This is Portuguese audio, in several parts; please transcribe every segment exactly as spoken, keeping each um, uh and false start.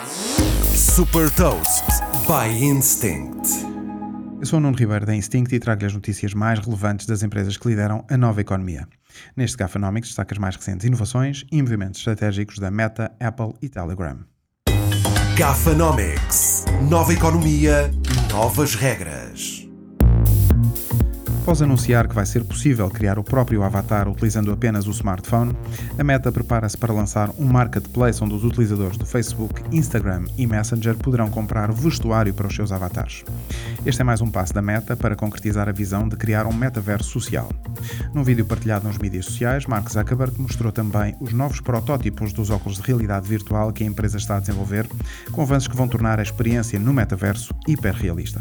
Super Toast by Instinct. Eu sou o Nuno Ribeiro da Instinct e trago-lhe as notícias mais relevantes das empresas que lideram a nova economia. Neste Gafanomics destaca as mais recentes inovações e movimentos estratégicos da Meta, Apple e Telegram. Gafanomics. Nova economia, novas regras. Após anunciar que vai ser possível criar o próprio avatar utilizando apenas o smartphone, a Meta prepara-se para lançar um marketplace onde os utilizadores do Facebook, Instagram e Messenger poderão comprar vestuário para os seus avatares. Este é mais um passo da Meta para concretizar a visão de criar um metaverso social. Num vídeo partilhado nos mídias sociais, Mark Zuckerberg mostrou também os novos protótipos dos óculos de realidade virtual que a empresa está a desenvolver, com avanços que vão tornar a experiência no metaverso hiperrealista.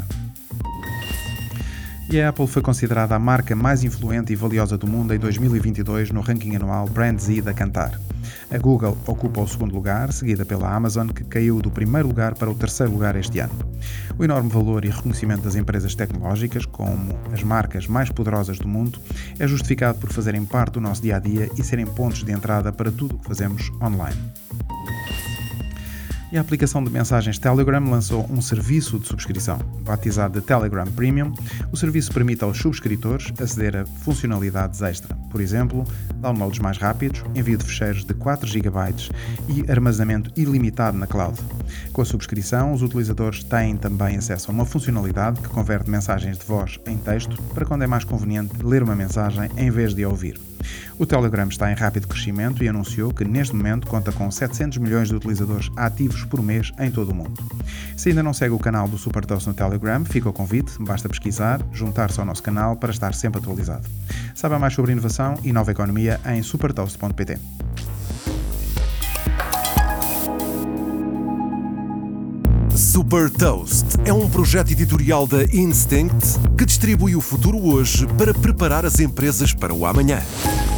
E a Apple foi considerada a marca mais influente e valiosa do mundo em dois mil e vinte e dois no ranking anual Brand Z da Kantar. A Google ocupa o segundo lugar, seguida pela Amazon, que caiu do primeiro lugar para o terceiro lugar este ano. O enorme valor e reconhecimento das empresas tecnológicas, como as marcas mais poderosas do mundo, é justificado por fazerem parte do nosso dia-a-dia e serem pontos de entrada para tudo o que fazemos online. E a aplicação de mensagens Telegram lançou um serviço de subscrição. Batizado de Telegram Premium, o serviço permite aos subscritores aceder a funcionalidades extra. Por exemplo, downloads mais rápidos, envio de ficheiros de quatro gigabytes e armazenamento ilimitado na cloud. Com a subscrição, os utilizadores têm também acesso a uma funcionalidade que converte mensagens de voz em texto para quando é mais conveniente ler uma mensagem em vez de a ouvir. O Telegram está em rápido crescimento e anunciou que neste momento conta com setecentos milhões de utilizadores ativos por mês em todo o mundo. Se ainda não segue o canal do Super Toast no Telegram, fica o convite, basta pesquisar, juntar-se ao nosso canal para estar sempre atualizado. Saiba mais sobre inovação e nova economia em supertoast ponto pt. Super Toast é um projeto editorial da Instinct que distribui o futuro hoje para preparar as empresas para o amanhã.